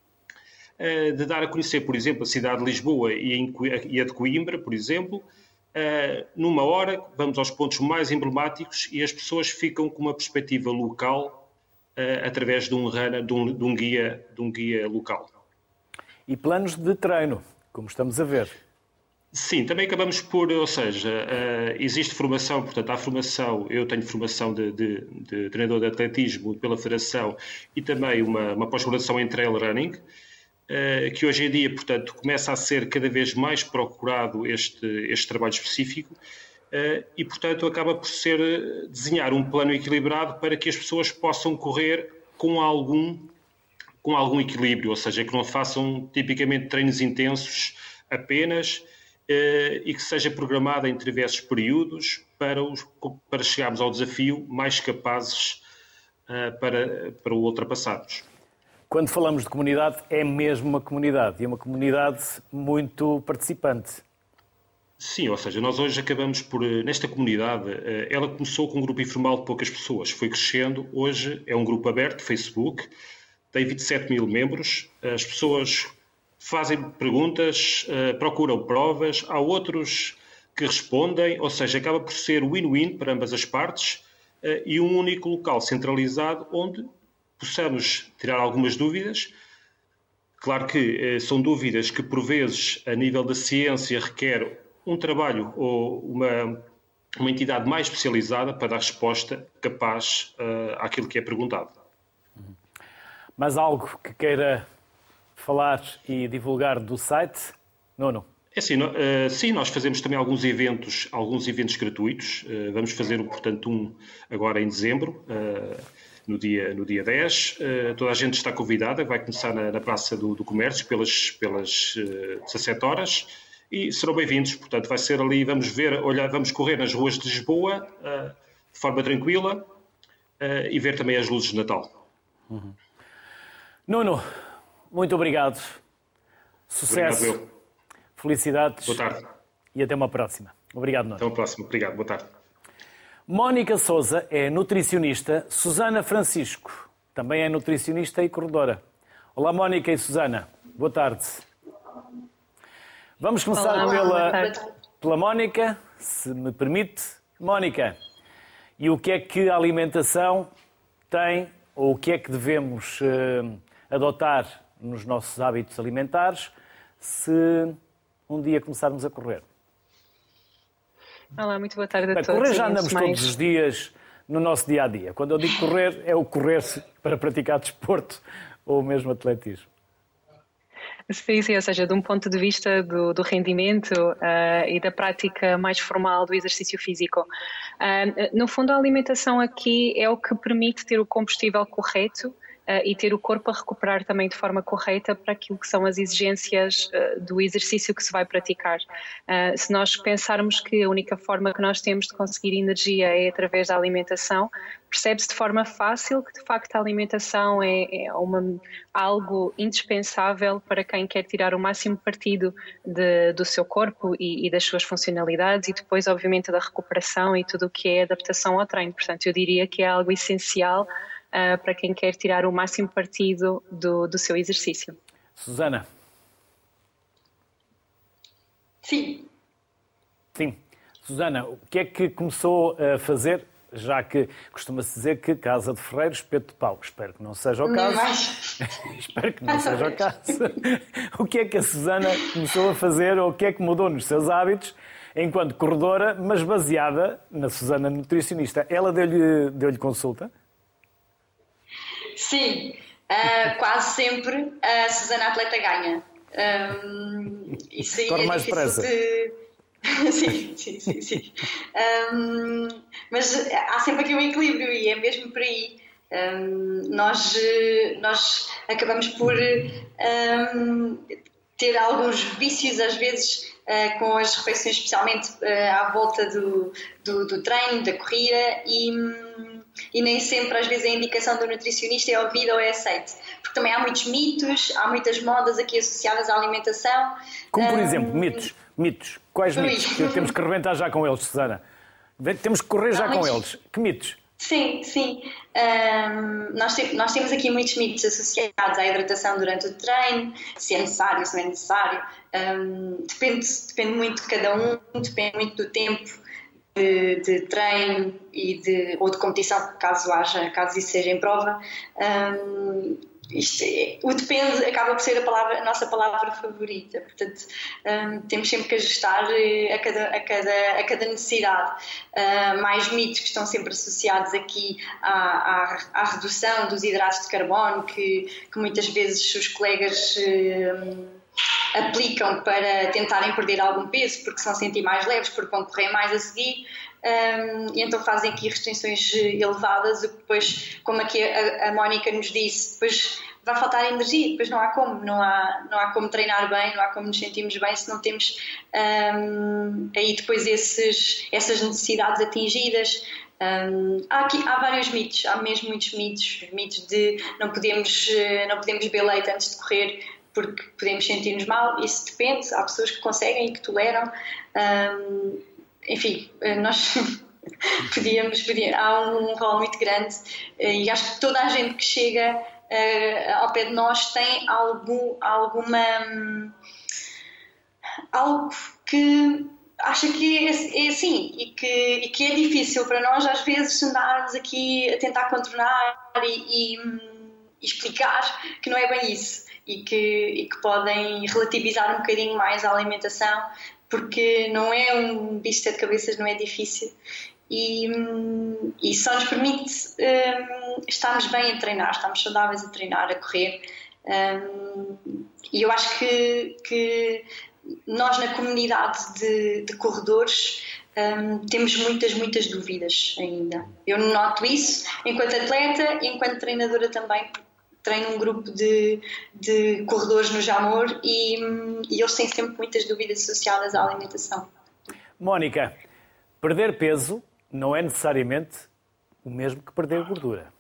de dar a conhecer, por exemplo, a cidade de Lisboa e a de Coimbra, por exemplo. Numa hora, vamos aos pontos mais emblemáticos e as pessoas ficam com uma perspectiva local através de um guia local. E planos de treino, como estamos a ver. Sim, também acabamos por, ou seja, existe formação, portanto, há formação, eu tenho formação de treinador de atletismo pela Federação e também uma pós-graduação em trail running, que hoje em dia, portanto, começa a ser cada vez mais procurado este trabalho específico. E, portanto, acaba por ser desenhar um plano equilibrado para que as pessoas possam correr com algum equilíbrio, ou seja, que não façam tipicamente treinos intensos apenas e que seja programada em diversos períodos para chegarmos ao desafio mais capazes para o ultrapassarmos. Quando falamos de comunidade, é mesmo uma comunidade, e é uma comunidade muito participante. Sim, ou seja, nós hoje acabamos por, nesta comunidade, ela começou com um grupo informal de poucas pessoas, foi crescendo, hoje é um grupo aberto, Facebook, tem 27 mil membros, as pessoas fazem perguntas, procuram provas, há outros que respondem, ou seja, acaba por ser win-win para ambas as partes e um único local centralizado onde possamos tirar algumas dúvidas. Claro que são dúvidas que, por vezes, a nível da ciência, requer um trabalho ou uma entidade mais especializada para dar resposta capaz àquilo que é perguntado. Mas algo que queira falar e divulgar do site? Nuno? É assim, sim, nós fazemos também alguns eventos gratuitos. Vamos fazer, portanto, agora em dezembro, no dia 10. Toda a gente está convidada, vai começar na Praça do Comércio pelas 17 horas. E serão bem-vindos, portanto, vai ser ali, vamos correr nas ruas de Lisboa de forma tranquila e ver também as luzes de Natal. Uhum. Nuno, muito obrigado. Sucesso. Obrigado, felicidades. Boa tarde. E até uma próxima. Obrigado, Nuno. Até uma próxima. Obrigado. Boa tarde. Mónica Sousa é nutricionista. Susana Francisco também é nutricionista e corredora. Olá, Mónica e Susana. Boa tarde. Vamos começar pela Mónica, se me permite. Mónica, e o que é que a alimentação tem, ou o que é que devemos adotar nos nossos hábitos alimentares se um dia começarmos a correr? Olá, muito boa tarde a todos. Correr já andamos todos os dias no nosso dia-a-dia. Quando eu digo correr, é o correr-se para praticar desporto ou mesmo atletismo. Sim, ou seja, de um ponto de vista do rendimento e da prática mais formal do exercício físico. No fundo, a alimentação aqui é o que permite ter o combustível correto e ter o corpo a recuperar também de forma correta para aquilo que são as exigências do exercício que se vai praticar. Se nós pensarmos que a única forma que nós temos de conseguir energia é através da alimentação, percebe-se de forma fácil que de facto a alimentação é algo indispensável para quem quer tirar o máximo partido do seu corpo e das suas funcionalidades, e depois obviamente da recuperação e tudo o que é adaptação ao treino. Portanto, eu diria que é algo essencial para quem quer tirar o máximo partido do seu exercício. Susana? Sim. Susana, o que é que começou a fazer, já que costuma-se dizer que casa de ferreiro, espeto de pau? Espero que não seja o caso. Espero que não seja o caso. O que é que a Susana começou a fazer, ou o que é que mudou nos seus hábitos enquanto corredora, mas baseada na Susana nutricionista? Ela deu-lhe consulta? Sim, quase sempre a Susana atleta ganha. Isso aí Corre é mais depressa. Sim. Mas há sempre aqui um equilíbrio e é mesmo por aí. Nós acabamos por ter alguns vícios às vezes com as refeições, especialmente à volta do treino, da corrida, e nem sempre às vezes a indicação do nutricionista é ouvida ou é aceita, porque também há muitos mitos, há muitas modas aqui associadas à alimentação. Como por exemplo, mitos. Quais mitos? Que temos que arrebentar já com eles, Susana? Temos que correr já com eles. Que mitos? Sim. Nós temos aqui muitos mitos associados à hidratação durante o treino, se é necessário, se não é necessário. Depende muito de cada um, depende muito do tempo de treino ou de competição, caso isso seja em prova. O depende acaba por ser a nossa palavra favorita, portanto temos sempre que ajustar a cada necessidade. Mais mitos que estão sempre associados aqui à redução dos hidratos de carbono, que muitas vezes os colegas aplicam para tentarem perder algum peso, porque se vão sentir mais leves, porque vão correr mais a seguir. E então fazem aqui restrições elevadas, o que depois, como aqui a Mónica nos disse, depois vai faltar energia, depois não há como treinar bem, não há como nos sentirmos bem se não temos aí depois essas necessidades atingidas. Há vários mitos, há mesmo muitos mitos de não podemos beber leite antes de correr porque podemos sentir-nos mal. Isso depende, há pessoas que conseguem e que toleram. Enfim, nós há um rol muito grande e acho que toda a gente que chega ao pé de nós tem algo que acha que é assim e que é difícil para nós às vezes andarmos aqui a tentar contornar e explicar que não é bem isso e que podem relativizar um bocadinho mais a alimentação, porque não é um bicho de 7 cabeças, não é difícil e só nos permite estarmos bem a treinar, estarmos saudáveis a treinar, a correr. E eu acho que nós na comunidade de corredores temos muitas dúvidas ainda. Eu noto isso enquanto atleta, enquanto treinadora também. Treino um grupo de corredores no Jamor e eles têm sempre muitas dúvidas associadas à alimentação. Mónica, perder peso não é necessariamente o mesmo que perder gordura.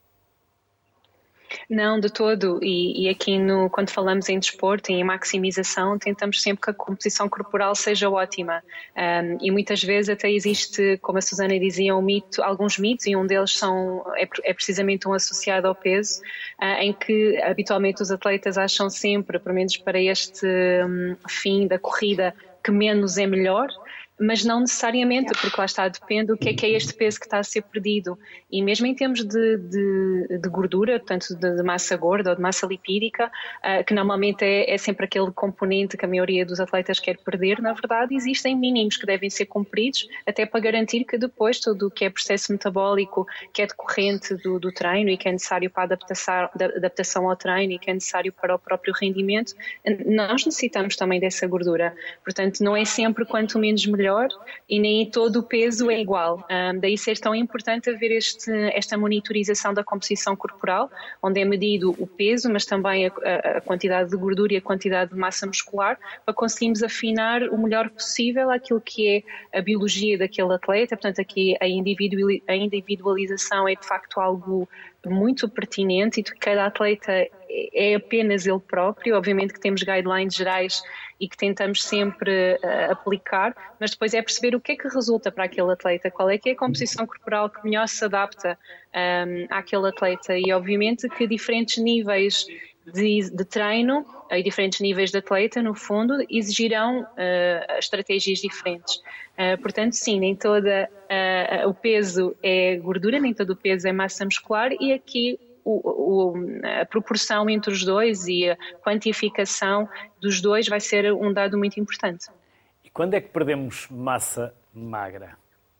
Não, de todo. E aqui quando falamos em desporto e em maximização, tentamos sempre que a composição corporal seja ótima. E muitas vezes até existe, como a Susana dizia, alguns mitos, e um deles é precisamente um associado ao peso, em que habitualmente os atletas acham sempre, pelo menos para este fim da corrida, que menos é melhor. Mas não necessariamente, porque lá está, depende do que é este peso que está a ser perdido. E mesmo em termos de gordura, portanto de massa gorda ou de massa lipídica, que normalmente é sempre aquele componente que a maioria dos atletas quer perder, na verdade existem mínimos que devem ser cumpridos, até para garantir que depois tudo o que é processo metabólico, que é decorrente do treino e que é necessário para a adaptação ao treino e que é necessário para o próprio rendimento, nós necessitamos também dessa gordura. Portanto, não é sempre quanto menos melhor. melhor e nem todo o peso é igual. Daí ser tão importante haver esta monitorização da composição corporal, onde é medido o peso, mas também a quantidade de gordura e a quantidade de massa muscular, para conseguirmos afinar o melhor possível aquilo que é a biologia daquele atleta. Portanto, aqui a individualização é de facto algo muito pertinente, e de que cada atleta é apenas ele próprio. Obviamente que temos guidelines gerais e que tentamos sempre aplicar, mas depois é perceber o que é que resulta para aquele atleta, qual é que é a composição corporal que melhor se adapta àquele atleta, e obviamente que diferentes níveis de treino e diferentes níveis de atleta, no fundo, exigirão estratégias diferentes. Portanto, sim, nem todo o peso é gordura, nem todo o peso é massa muscular, e aqui a proporção entre os dois e a quantificação dos dois vai ser um dado muito importante. E quando é que perdemos massa magra?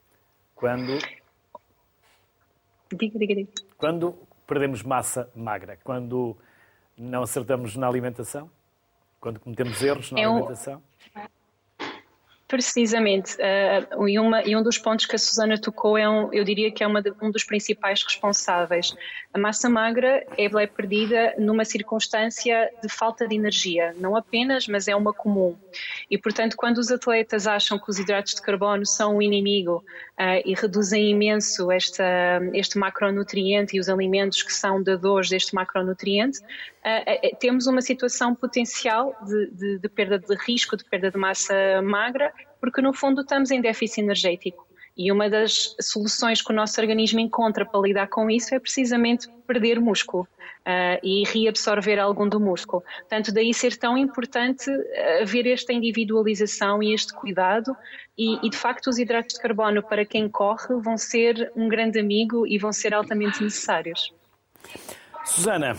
Diga. Quando perdemos massa magra? Quando não acertamos na alimentação? Quando cometemos erros na alimentação? Precisamente, e um dos pontos que a Susana tocou eu diria que é um dos principais responsáveis. A massa magra é perdida numa circunstância de falta de energia, não apenas, mas é uma comum. E, portanto, quando os atletas acham que os hidratos de carbono são o inimigo e reduzem imenso este macronutriente e os alimentos que são dadores deste macronutriente, temos uma situação potencial de perda de risco, de perda de massa magra, porque no fundo estamos em déficit energético. E uma das soluções que o nosso organismo encontra para lidar com isso é precisamente perder músculo e reabsorver algum do músculo. Portanto, daí ser tão importante haver esta individualização e este cuidado, e de facto os hidratos de carbono para quem corre vão ser um grande amigo e vão ser altamente necessários. Susana,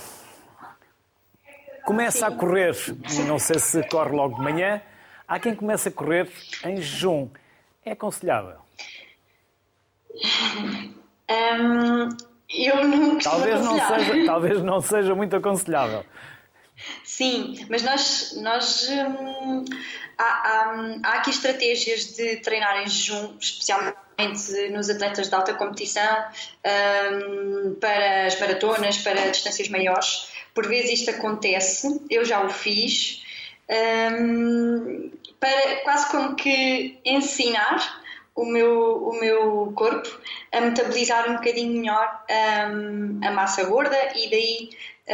começa a correr, não sei se corre logo de manhã, há quem comece a correr em jejum. É aconselhável? Eu não costumo aconselhar. Talvez não seja muito aconselhável. Sim, mas há aqui estratégias de treinar em jejum, especialmente nos atletas de alta competição, para as maratonas, para distâncias maiores. Por vezes isto acontece, eu já o fiz, para quase como que ensinar o meu corpo a metabolizar um bocadinho melhor a massa gorda, e daí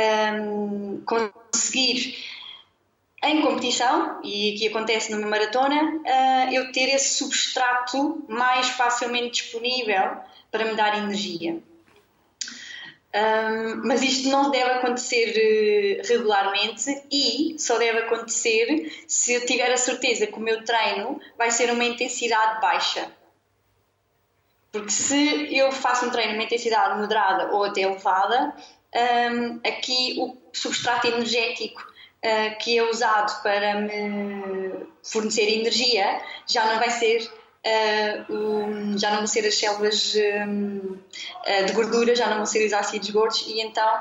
conseguir em competição, e aqui acontece numa maratona, eu ter esse substrato mais facilmente disponível para me dar energia. Mas isto não deve acontecer regularmente, e só deve acontecer se eu tiver a certeza que o meu treino vai ser uma intensidade baixa. Porque se eu faço um treino de uma intensidade moderada ou até elevada, aqui o substrato energético que é usado para me fornecer energia já não vai ser já não vão ser as células de gordura, já não vão ser os ácidos gordos, e então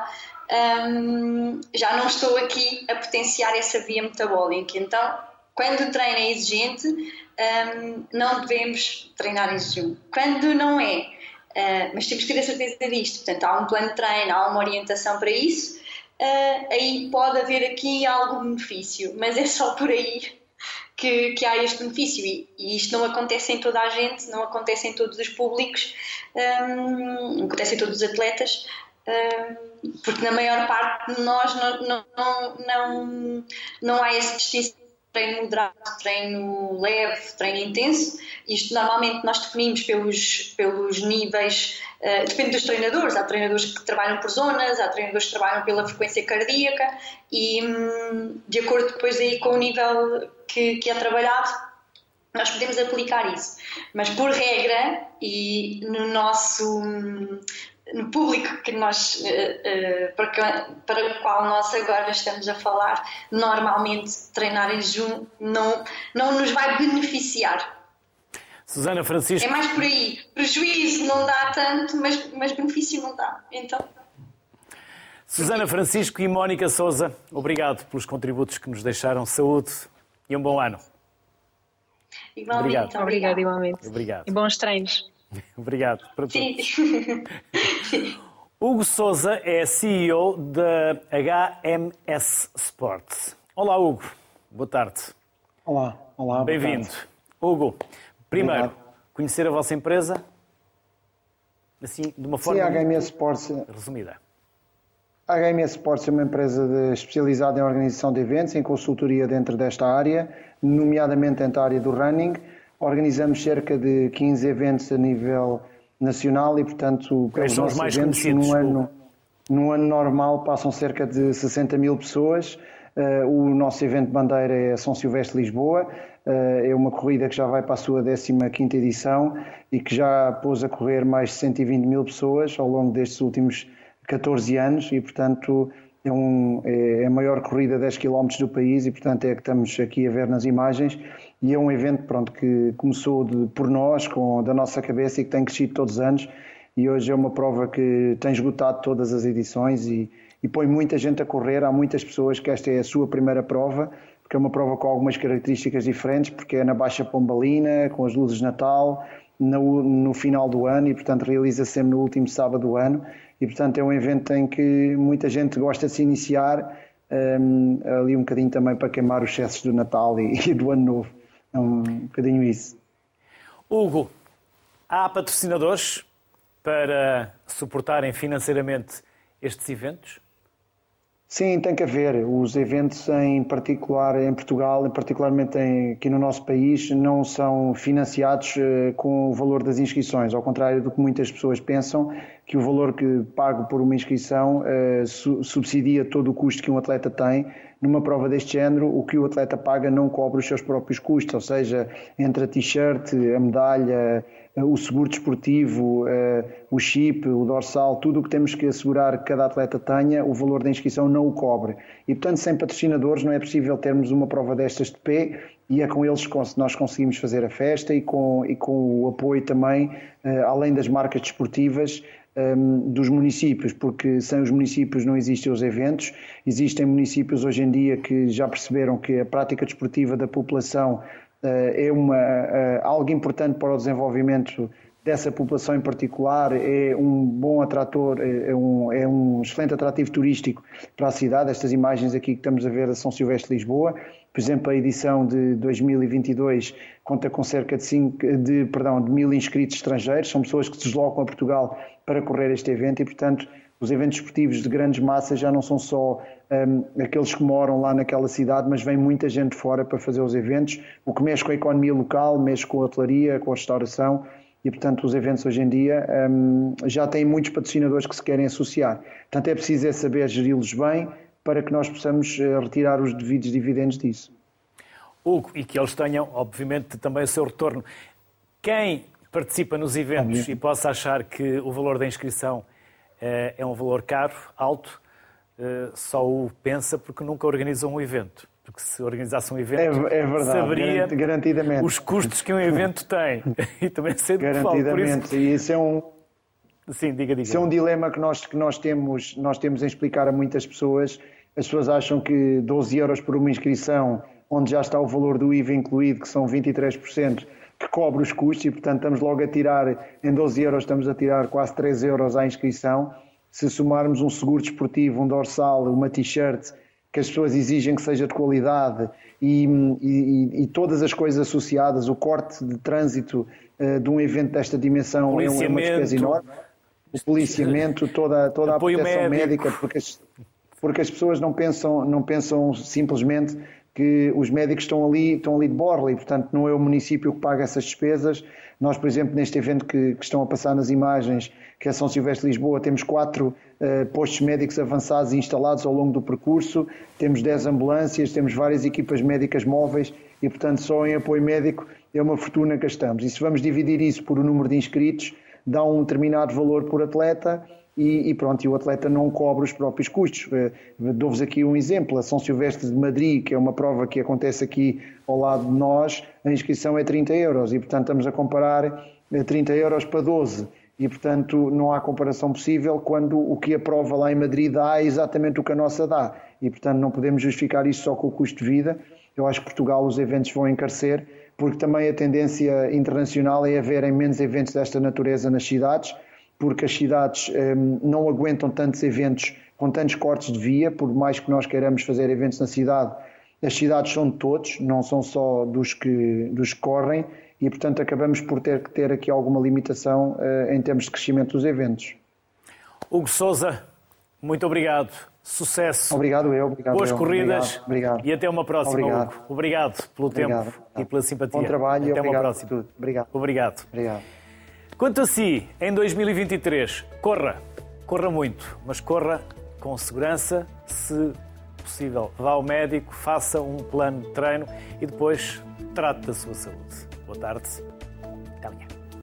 já não estou aqui a potenciar essa via metabólica. Então, quando o treino é exigente, não devemos treinar em jejum. Quando não é, mas temos que ter a certeza disto. Portanto, há um plano de treino, há uma orientação para isso, aí pode haver aqui algum benefício, mas é só por aí que há este benefício, e isto não acontece em toda a gente, não acontece em todos os públicos, não acontece em todos os atletas, porque na maior parte de nós não há essa distinção. Treino moderado, treino leve, treino intenso. Isto normalmente nós definimos pelos níveis, depende dos treinadores. Há treinadores que trabalham por zonas, há treinadores que trabalham pela frequência cardíaca, e de acordo depois aí com o nível que é trabalhado, nós podemos aplicar isso. Mas por regra, e no público que nós, para o qual nós agora estamos a falar, normalmente treinar em jejum não nos vai beneficiar. Susana Francisco. É mais por aí. Prejuízo não dá tanto, mas benefício não dá. Então... Susana Francisco e Mónica Sousa, obrigado pelos contributos que nos deixaram. Saúde e um bom ano. Igualmente. Obrigado, igualmente. Obrigado. E bons treinos. Obrigado para todos. Sim. Hugo Sousa é CEO da HMS Sports. Olá, Hugo. Boa tarde. Olá. Bem-vindo. Hugo, primeiro, conhecer a vossa empresa, assim, de uma forma Sim, a HMS Sports, resumida. A HMS Sports é uma empresa especializada em organização de eventos, em consultoria dentro desta área, nomeadamente dentro da área do running. Organizamos cerca de 15 eventos a nível nacional e, portanto, pelos nossos eventos, num ano normal, passam cerca de 60 mil pessoas. O nosso evento de bandeira é São Silvestre Lisboa. É uma corrida que já vai para a sua 15ª edição e que já pôs a correr mais de 120 mil pessoas ao longo destes últimos 14 anos e, portanto, é a maior corrida de 10 km do país e, portanto, é a que estamos aqui a ver nas imagens e é um evento, pronto, que começou por nós, da nossa cabeça e que tem crescido todos os anos e hoje é uma prova que tem esgotado todas as edições e põe muita gente a correr. Há muitas pessoas que esta é a sua primeira prova, porque é uma prova com algumas características diferentes, porque é na Baixa Pombalina, com as luzes de Natal, no final do ano e, portanto, realiza-se sempre no último sábado do ano. E, portanto, é um evento em que muita gente gosta de se iniciar, ali um bocadinho também para queimar os excessos do Natal e do Ano Novo. É um bocadinho isso. Hugo, há patrocinadores para suportarem financeiramente estes eventos? Sim, tem que haver. Os eventos em particular em Portugal, particularmente aqui no nosso país, não são financiados com o valor das inscrições, ao contrário do que muitas pessoas pensam, que o valor que pago por uma inscrição subsidia todo o custo que um atleta tem. Numa prova deste género, o que o atleta paga não cobre os seus próprios custos, ou seja, entre a t-shirt, a medalha, o seguro desportivo, o chip, o dorsal, tudo o que temos que assegurar que cada atleta tenha, o valor da inscrição não o cobre. E, portanto, sem patrocinadores não é possível termos uma prova destas de pé e é com eles que nós conseguimos fazer a festa e com o apoio também, além das marcas desportivas, dos municípios, porque sem os municípios não existem os eventos. Existem municípios hoje em dia que já perceberam que a prática desportiva da população é algo importante para o desenvolvimento dessa população em particular, é um bom atrator, é um excelente atrativo turístico para a cidade. Estas imagens aqui que estamos a ver da São Silvestre de Lisboa, por exemplo, a edição de 2022 conta com cerca de 1.000 inscritos estrangeiros, são pessoas que se deslocam a Portugal para correr este evento e, portanto, os eventos esportivos de grandes massas já não são só aqueles que moram lá naquela cidade, mas vem muita gente fora para fazer os eventos, o que mexe com a economia local, mexe com a hotelaria, com a restauração e, portanto, os eventos hoje em dia já têm muitos patrocinadores que se querem associar. Portanto, é preciso saber geri-los bem para que nós possamos retirar os devidos dividendos disso. Hugo, e que eles tenham, obviamente, também o seu retorno. Quem participa nos eventos e possa achar que o valor da inscrição é um valor caro, alto, só o pensa porque nunca organizam um evento. Porque se organizasse um evento, é verdade, saberia garantidamente os custos que um evento tem. E também sei de que falo. Garantidamente. E isso é um... Sim, diga. Isso é um dilema que nós temos em explicar a muitas pessoas. As pessoas acham que 12 euros por uma inscrição, onde já está o valor do IVA incluído, que são 23%, que cobre os custos e, portanto, estamos logo a tirar, em 12 euros estamos a tirar quase 3 euros à inscrição. Se somarmos um seguro desportivo, um dorsal, uma t-shirt, que as pessoas exigem que seja de qualidade e todas as coisas associadas, o corte de trânsito de um evento desta dimensão é uma despesa enorme. O policiamento, toda a proteção médica, porque as pessoas não pensam simplesmente que os médicos estão ali de borla e, portanto, não é o município que paga essas despesas. Nós, por exemplo, neste evento que estão a passar nas imagens, que é São Silvestre de Lisboa, temos 4 postos médicos avançados e instalados ao longo do percurso, temos 10 ambulâncias, temos várias equipas médicas móveis e, portanto, só em apoio médico é uma fortuna que gastamos. E se vamos dividir isso por o número de inscritos, dá um determinado valor por atleta e pronto, e o atleta não cobre os próprios custos. Dou-vos aqui um exemplo, a São Silvestre de Madrid, que é uma prova que acontece aqui ao lado de nós, a inscrição é 30 euros e, portanto, estamos a comparar 30 euros para 12 e, portanto, não há comparação possível quando o que a prova lá em Madrid dá é exatamente o que a nossa dá e, portanto, não podemos justificar isso só com o custo de vida. Eu acho que Portugal os eventos vão encarecer porque também a tendência internacional é haverem menos eventos desta natureza nas cidades, porque as cidades não aguentam tantos eventos com tantos cortes de via, por mais que nós queiramos fazer eventos na cidade, as cidades são de todos, não são só dos que correm, e portanto acabamos por ter que ter aqui alguma limitação em termos de crescimento dos eventos. Hugo Sousa, muito obrigado. Sucesso. Obrigado. Boas corridas. Obrigado. E até uma próxima, Hugo. Obrigado pelo tempo e pela simpatia. Bom trabalho. Até uma próxima. Por tudo. Obrigado. Quanto a si, em 2023, corra muito, mas corra com segurança. Se possível, vá ao médico, faça um plano de treino e depois trate da sua saúde. Boa tarde.